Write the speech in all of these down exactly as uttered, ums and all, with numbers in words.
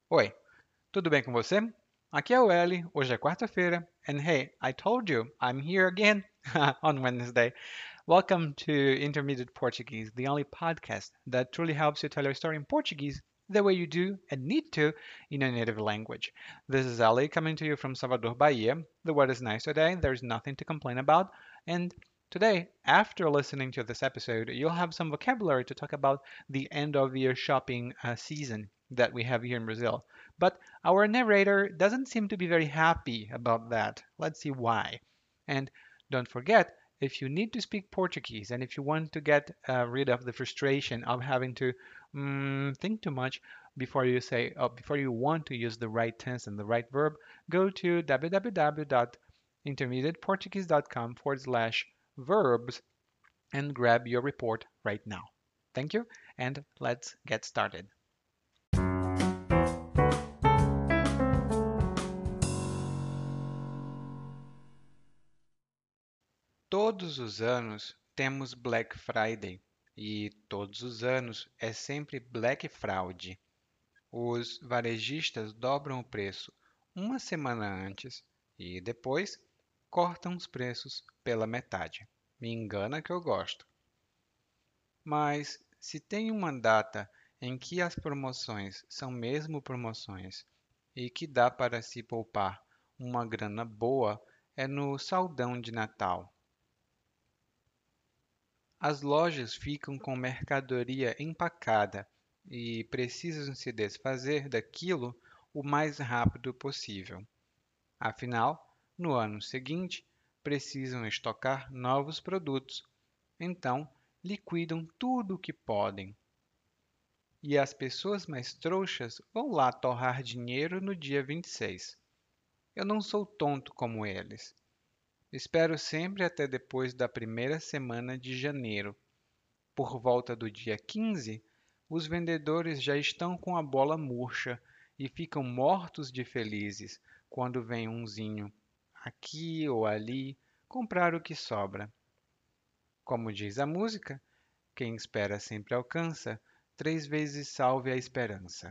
Oi, tudo bem com você? Aqui é o Eli, hoje é quarta-feira, and hey, I told you, I'm here again on Wednesday. Welcome to Intermediate Portuguese, the only podcast that truly helps you tell your story in Portuguese the way you do and need to in your native language. This is Ali coming to you from Salvador, Bahia. The weather is nice today, there's nothing to complain about, and today, after listening to this episode, you'll have some vocabulary to talk about the end of year shopping uh, season that we have here in Brazil. But our narrator doesn't seem to be very happy about that. Let's see why. And don't forget, if you need to speak Portuguese and if you want to get uh, rid of the frustration of having to mm, think too much before you say, uh, before you want to use the right tense and the right verb, go to www.intermediateportuguese.com forward slash verbs and grab your report right now. Thank you, and let's get started. Todos os anos temos Black Friday e todos os anos é sempre Black Fraud. Os varejistas dobram o preço uma semana antes e depois cortam os preços pela metade. Me engana que eu gosto. Mas se tem uma data em que as promoções são mesmo promoções e que dá para se poupar uma grana boa, é no saldão de Natal. As lojas ficam com mercadoria empacada e precisam se desfazer daquilo o mais rápido possível. Afinal, no ano seguinte, precisam estocar novos produtos, então liquidam tudo o que podem. E as pessoas mais trouxas vão lá torrar dinheiro no dia vinte e seis. Eu não sou tonto como eles. Espero sempre até depois da primeira semana de janeiro. Por volta do dia quinze, os vendedores já estão com a bola murcha e ficam mortos de felizes quando vem umzinho, aqui ou ali, comprar o que sobra. Como diz a música, quem espera sempre alcança, três vezes salve a esperança.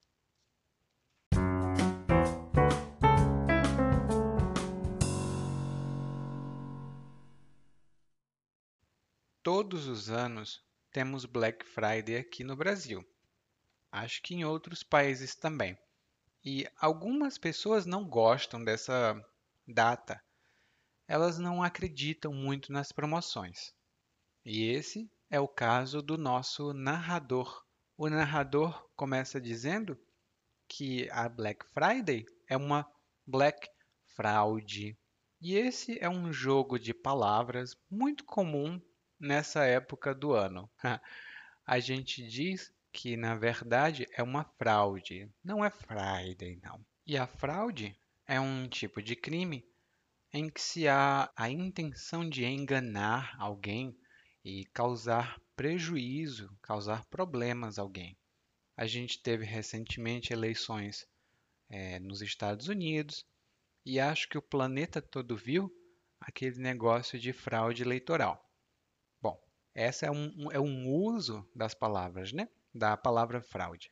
Todos os anos temos Black Friday aqui no Brasil. Acho que em outros países também. E algumas pessoas não gostam dessa data. Elas não acreditam muito nas promoções. E esse é o caso do nosso narrador. O narrador começa dizendo que a Black Friday é uma Black Fraud. E esse é um jogo de palavras muito comum nessa época do ano. A gente diz que, na verdade, é uma fraude, não é Friday, não. E a fraude é um tipo de crime em que se há a intenção de enganar alguém e causar prejuízo, causar problemas a alguém. A gente teve recentemente eleições eh, nos Estados Unidos e acho que o planeta todo viu aquele negócio de fraude eleitoral. Bom, essa é um, um- é um uso das palavras, né? Da palavra fraude.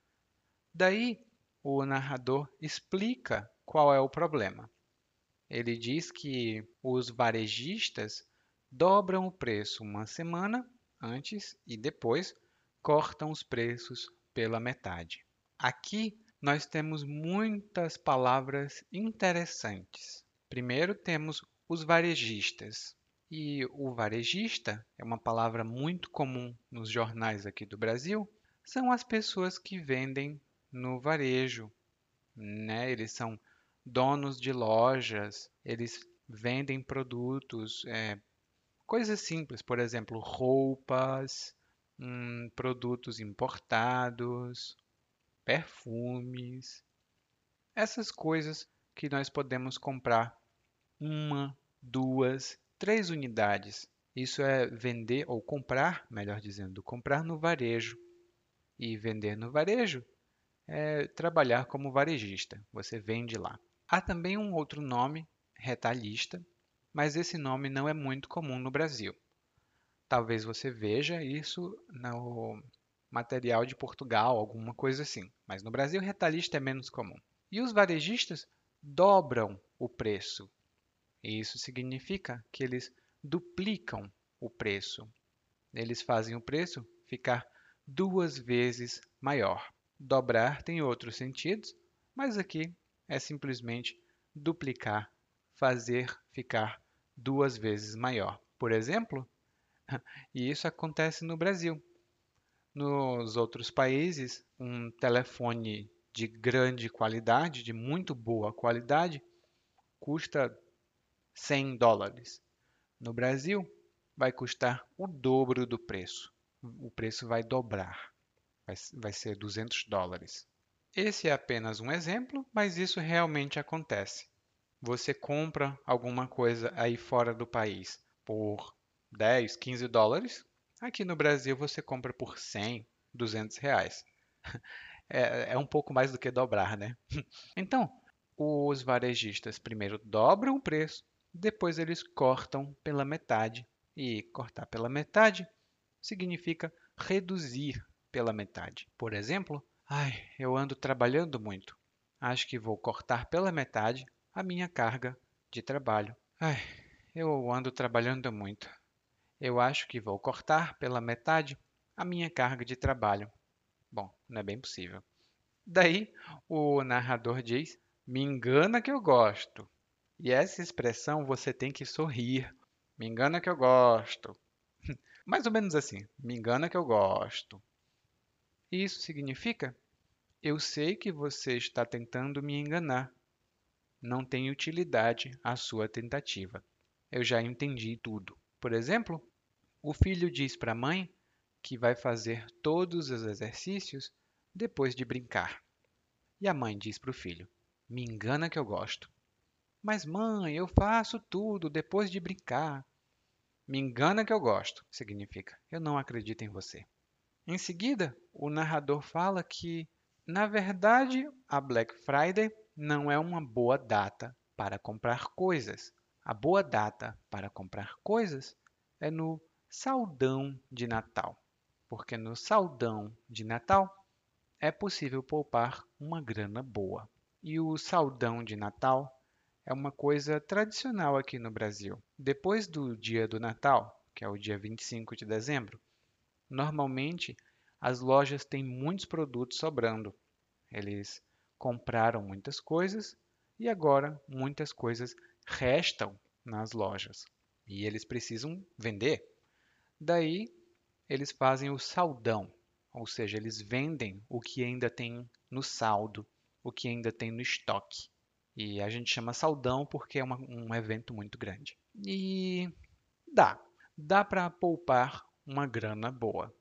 Daí, o narrador explica qual é o problema. Ele diz que os varejistas dobram o preço uma semana antes e depois cortam os preços pela metade. Aqui nós temos muitas palavras interessantes. Primeiro temos os varejistas. E o varejista é uma palavra muito comum nos jornais aqui do Brasil. São as pessoas que vendem no varejo, né? Eles são donos de lojas, eles vendem produtos, é, coisas simples, por exemplo, roupas, hum, produtos importados, perfumes, essas coisas que nós podemos comprar uma, duas, três unidades. Isso é vender ou comprar, melhor dizendo, comprar no varejo. E vender no varejo é trabalhar como varejista. Você vende lá. Há também um outro nome, retalhista, mas esse nome não é muito comum no Brasil. Talvez você veja isso no, material de Portugal, alguma coisa assim. Mas no Brasil, retalhista é menos comum. E os varejistas dobram o preço. E isso significa que eles duplicam o preço. Eles fazem o preço ficar duas vezes maior. Dobrar tem outros sentidos, mas aqui é simplesmente duplicar, fazer ficar duas vezes maior. Por exemplo, e isso acontece no Brasil. Nos outros países, um telefone de grande qualidade, de muito boa qualidade, custa cem dólares. No Brasil, vai custar o dobro do preço. O preço vai dobrar, vai, vai ser duzentos dólares. Esse é apenas um exemplo, mas isso realmente acontece. Você compra alguma coisa aí fora do país por dez, quinze dólares. Aqui no Brasil você compra por cem, duzentos reais. É, é um pouco mais do que dobrar, né? Então, os varejistas primeiro dobram o preço, depois eles cortam pela metade. E cortar pela metade significa reduzir pela metade. Por exemplo, ai, eu ando trabalhando muito. Acho que vou cortar pela metade a minha carga de trabalho. Ai, eu ando trabalhando muito. Eu acho que vou cortar pela metade a minha carga de trabalho. Bom, não é bem possível. Daí o narrador diz: Me engana que eu gosto. E essa expressão você tem que sorrir. Me engana que eu gosto. Mais ou menos assim. Me engana que eu gosto. E isso significa: Eu sei que você está tentando me enganar. Não tem utilidade a sua tentativa. Eu já entendi tudo. Por exemplo, o filho diz para a mãe que vai fazer todos os exercícios depois de brincar. E a mãe diz para o filho: Me engana que eu gosto. Mas, mãe, eu faço tudo depois de brincar. Me engana que eu gosto, significa eu não acredito em você. Em seguida, o narrador fala que, na verdade, a Black Friday não é uma boa data para comprar coisas. A boa data para comprar coisas é no saldão de Natal, porque no saldão de Natal é possível poupar uma grana boa. E o saldão de Natal é uma coisa tradicional aqui no Brasil. Depois do dia do Natal, que é o dia vinte e cinco de dezembro, normalmente as lojas têm muitos produtos sobrando. Eles compraram muitas coisas e agora muitas coisas restam nas lojas e eles precisam vender. Daí eles fazem o saldão, ou seja, eles vendem o que ainda tem no saldo, o que ainda tem no estoque. E a gente chama saldão porque é uma, um evento muito grande. E dá, dá para poupar uma grana boa.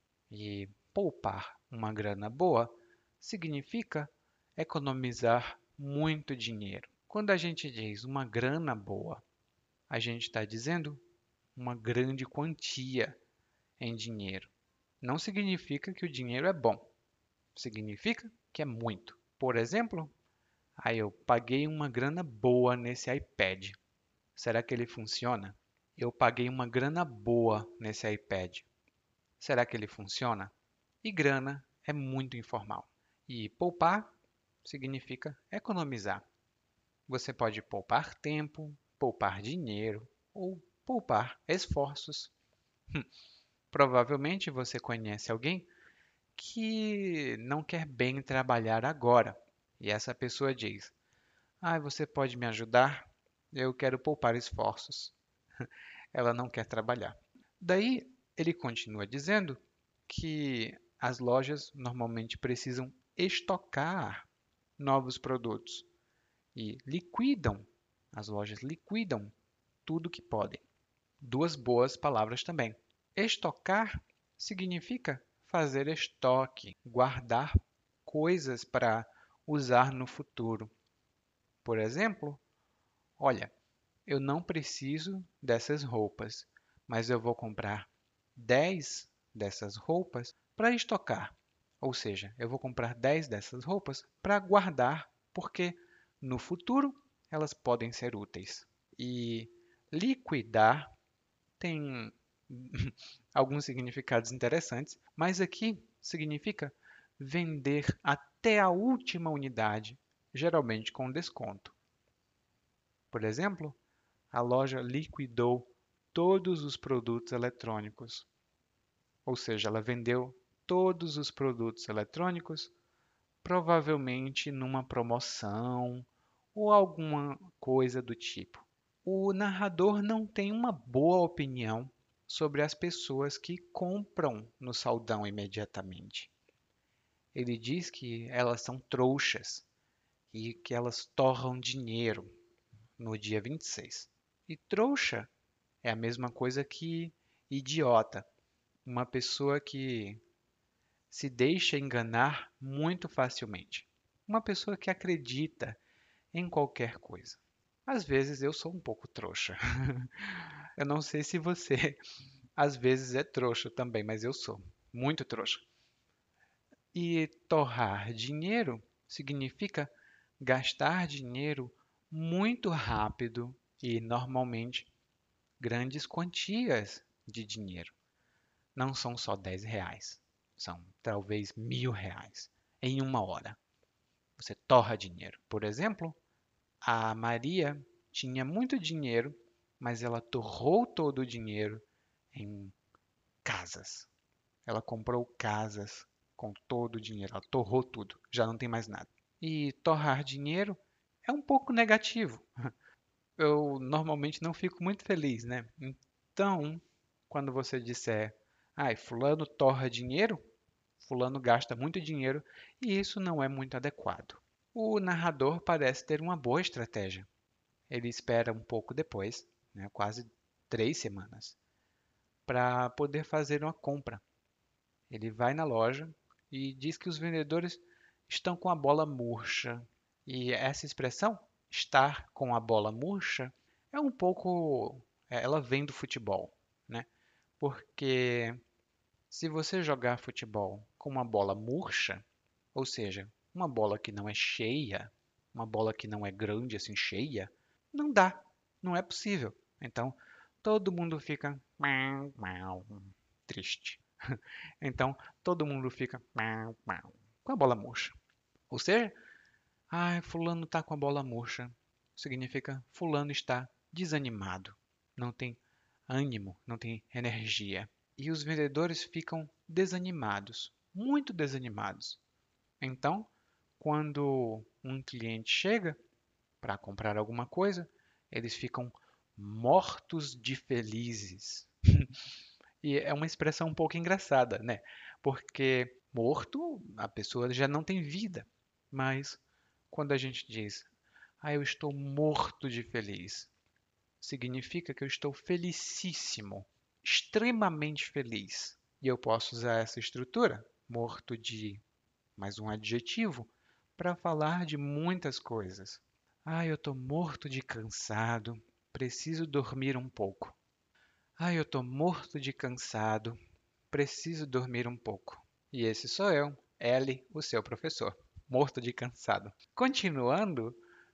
E poupar uma grana boa significa economizar muito dinheiro. Quando a gente diz uma grana boa, a gente está dizendo uma grande quantia em dinheiro. Não significa que o dinheiro é bom, significa que é muito. Por exemplo, aí eu paguei uma grana boa nesse iPad. Será que ele funciona? Eu paguei uma grana boa nesse iPad. Será que ele funciona? E grana é muito informal. E poupar significa economizar. Você pode poupar tempo, poupar dinheiro ou poupar esforços. Provavelmente você conhece alguém que não quer bem trabalhar agora. E essa pessoa diz: Ah, você pode me ajudar? Eu quero poupar esforços. Ela não quer trabalhar. Daí ele continua dizendo que as lojas normalmente precisam estocar novos produtos e liquidam, as lojas liquidam tudo que podem. Duas boas palavras também. Estocar significa fazer estoque, guardar coisas para usar no futuro. Por exemplo, olha, eu não preciso dessas roupas, mas eu vou comprar dez dessas roupas para estocar. Ou seja, eu vou comprar dez dessas roupas para guardar, porque no futuro elas podem ser úteis. E liquidar tem alguns significados interessantes, mas aqui significa vender até a última unidade, geralmente com desconto. Por exemplo, a loja liquidou todos os produtos eletrônicos, ou seja, ela vendeu todos os produtos eletrônicos, provavelmente numa promoção ou alguma coisa do tipo. O narrador não tem uma boa opinião sobre as pessoas que compram no saldão imediatamente. Ele diz que elas são trouxas e que elas torram dinheiro no dia vinte e seis. E trouxa é a mesma coisa que idiota, uma pessoa que se deixa enganar muito facilmente, uma pessoa que acredita em qualquer coisa. Às vezes eu sou um pouco trouxa. Eu não sei se você às vezes é trouxa também, mas eu sou muito trouxa. E torrar dinheiro significa gastar dinheiro muito rápido e normalmente grandes quantias de dinheiro. Não são só dez reais, são talvez mil reais em uma hora. Você torra dinheiro. Por exemplo, a Maria tinha muito dinheiro, mas ela torrou todo o dinheiro em casas. Ela comprou casas com todo o dinheiro, ela torrou tudo, já não tem mais nada. E torrar dinheiro é um pouco negativo. Eu normalmente não fico muito feliz, né? Então, quando você disser, ai, fulano torra dinheiro, fulano gasta muito dinheiro, e isso não é muito adequado. O narrador parece ter uma boa estratégia. Ele espera um pouco depois, né, quase três semanas, para poder fazer uma compra. Ele vai na loja e diz que os vendedores estão com a bola murcha. E essa expressão, estar com a bola murcha, é um pouco. é, Ela vem do futebol, né? Porque se você jogar futebol com uma bola murcha, ou seja, uma bola que não é cheia, uma bola que não é grande assim, cheia, não dá, não é possível. Então, todo mundo fica triste. Então, todo mundo fica com a bola murcha. Ou seja, ah, fulano está com a bola murcha. Significa fulano está desanimado, não tem ânimo, não tem energia. E os vendedores ficam desanimados, muito desanimados. Então, quando um cliente chega para comprar alguma coisa, eles ficam mortos de felizes. E é uma expressão um pouco engraçada, né? Porque morto, a pessoa já não tem vida. Mas quando a gente diz, ah, eu estou morto de feliz, significa que eu estou felicíssimo, extremamente feliz. E eu posso usar essa estrutura, morto de mais um adjetivo, para falar de muitas coisas. Ah, eu estou morto de cansado, preciso dormir um pouco. Ah, eu estou morto de cansado, preciso dormir um pouco. E esse sou eu, L, o seu professor, morto de cansado. Continuando,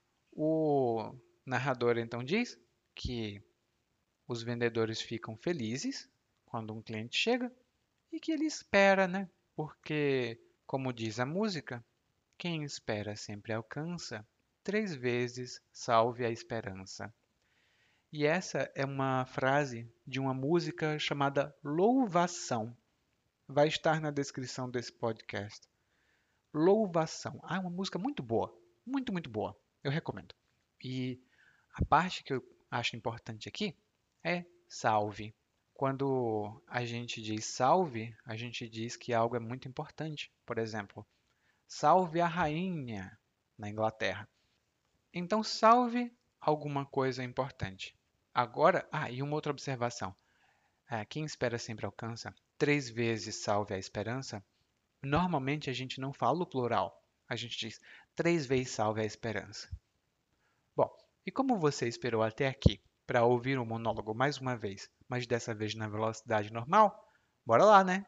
o narrador então diz que os vendedores ficam felizes quando um cliente chega e que ele espera, né? Porque, como diz a música, quem espera sempre alcança. Três vezes salve a esperança. E essa é uma frase de uma música chamada Louvação. Vai estar na descrição desse podcast. Louvação. Ah, é uma música muito boa. Muito, muito boa. Eu recomendo. E a parte que eu acho importante aqui é salve. Quando a gente diz salve, a gente diz que algo é muito importante. Por exemplo, salve a rainha na Inglaterra. Então, salve alguma coisa importante. Agora, ah, e uma outra observação. Ah, quem espera sempre alcança. Três vezes salve a esperança. Normalmente a gente não fala o plural. A gente diz três vezes salve a esperança. Bom, e como você esperou até aqui para ouvir o monólogo mais uma vez, mas dessa vez na velocidade normal? Bora lá, né?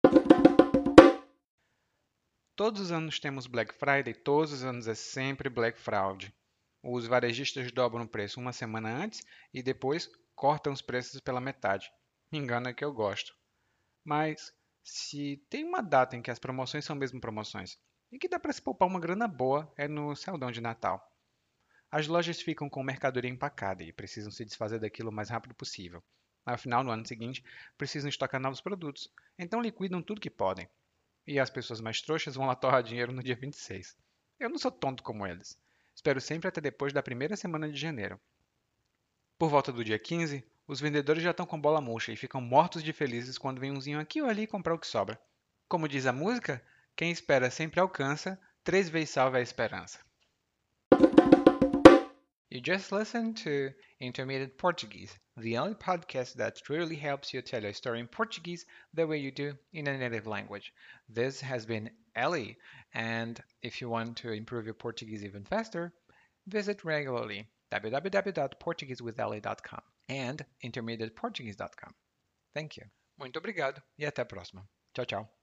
Todos os anos temos Black Friday, todos os anos é sempre Black Fraud. Os varejistas dobram o preço uma semana antes e depois cortam os preços pela metade. Me engana que eu gosto. Mas Se tem uma data em que as promoções são mesmo promoções e que dá para se poupar uma grana boa, é no saldão de Natal. As lojas ficam com mercadoria empacada e precisam se desfazer daquilo o mais rápido possível. Ao final, no ano seguinte, precisam estocar novos produtos, então liquidam tudo que podem. E as pessoas mais trouxas vão lá torrar dinheiro no dia vinte e seis. Eu não sou tonto como eles. Espero sempre até depois da primeira semana de janeiro. Por volta do dia quinze, os vendedores já estão com bola murcha e ficam mortos de felizes quando vem umzinho aqui ou ali comprar o que sobra. Como diz a música, quem espera sempre alcança, três vezes salva a esperança. You just listened to Intermediate Portuguese, the only podcast that truly helps you tell a story in Portuguese the way you do in a native language. This has been Ellie, and if you want to improve your Portuguese even faster, visit regularly w w w dot portuguese with ellie dot com and intermediate portuguese dot com. Thank you. Muito obrigado e até a próxima. Tchau, tchau.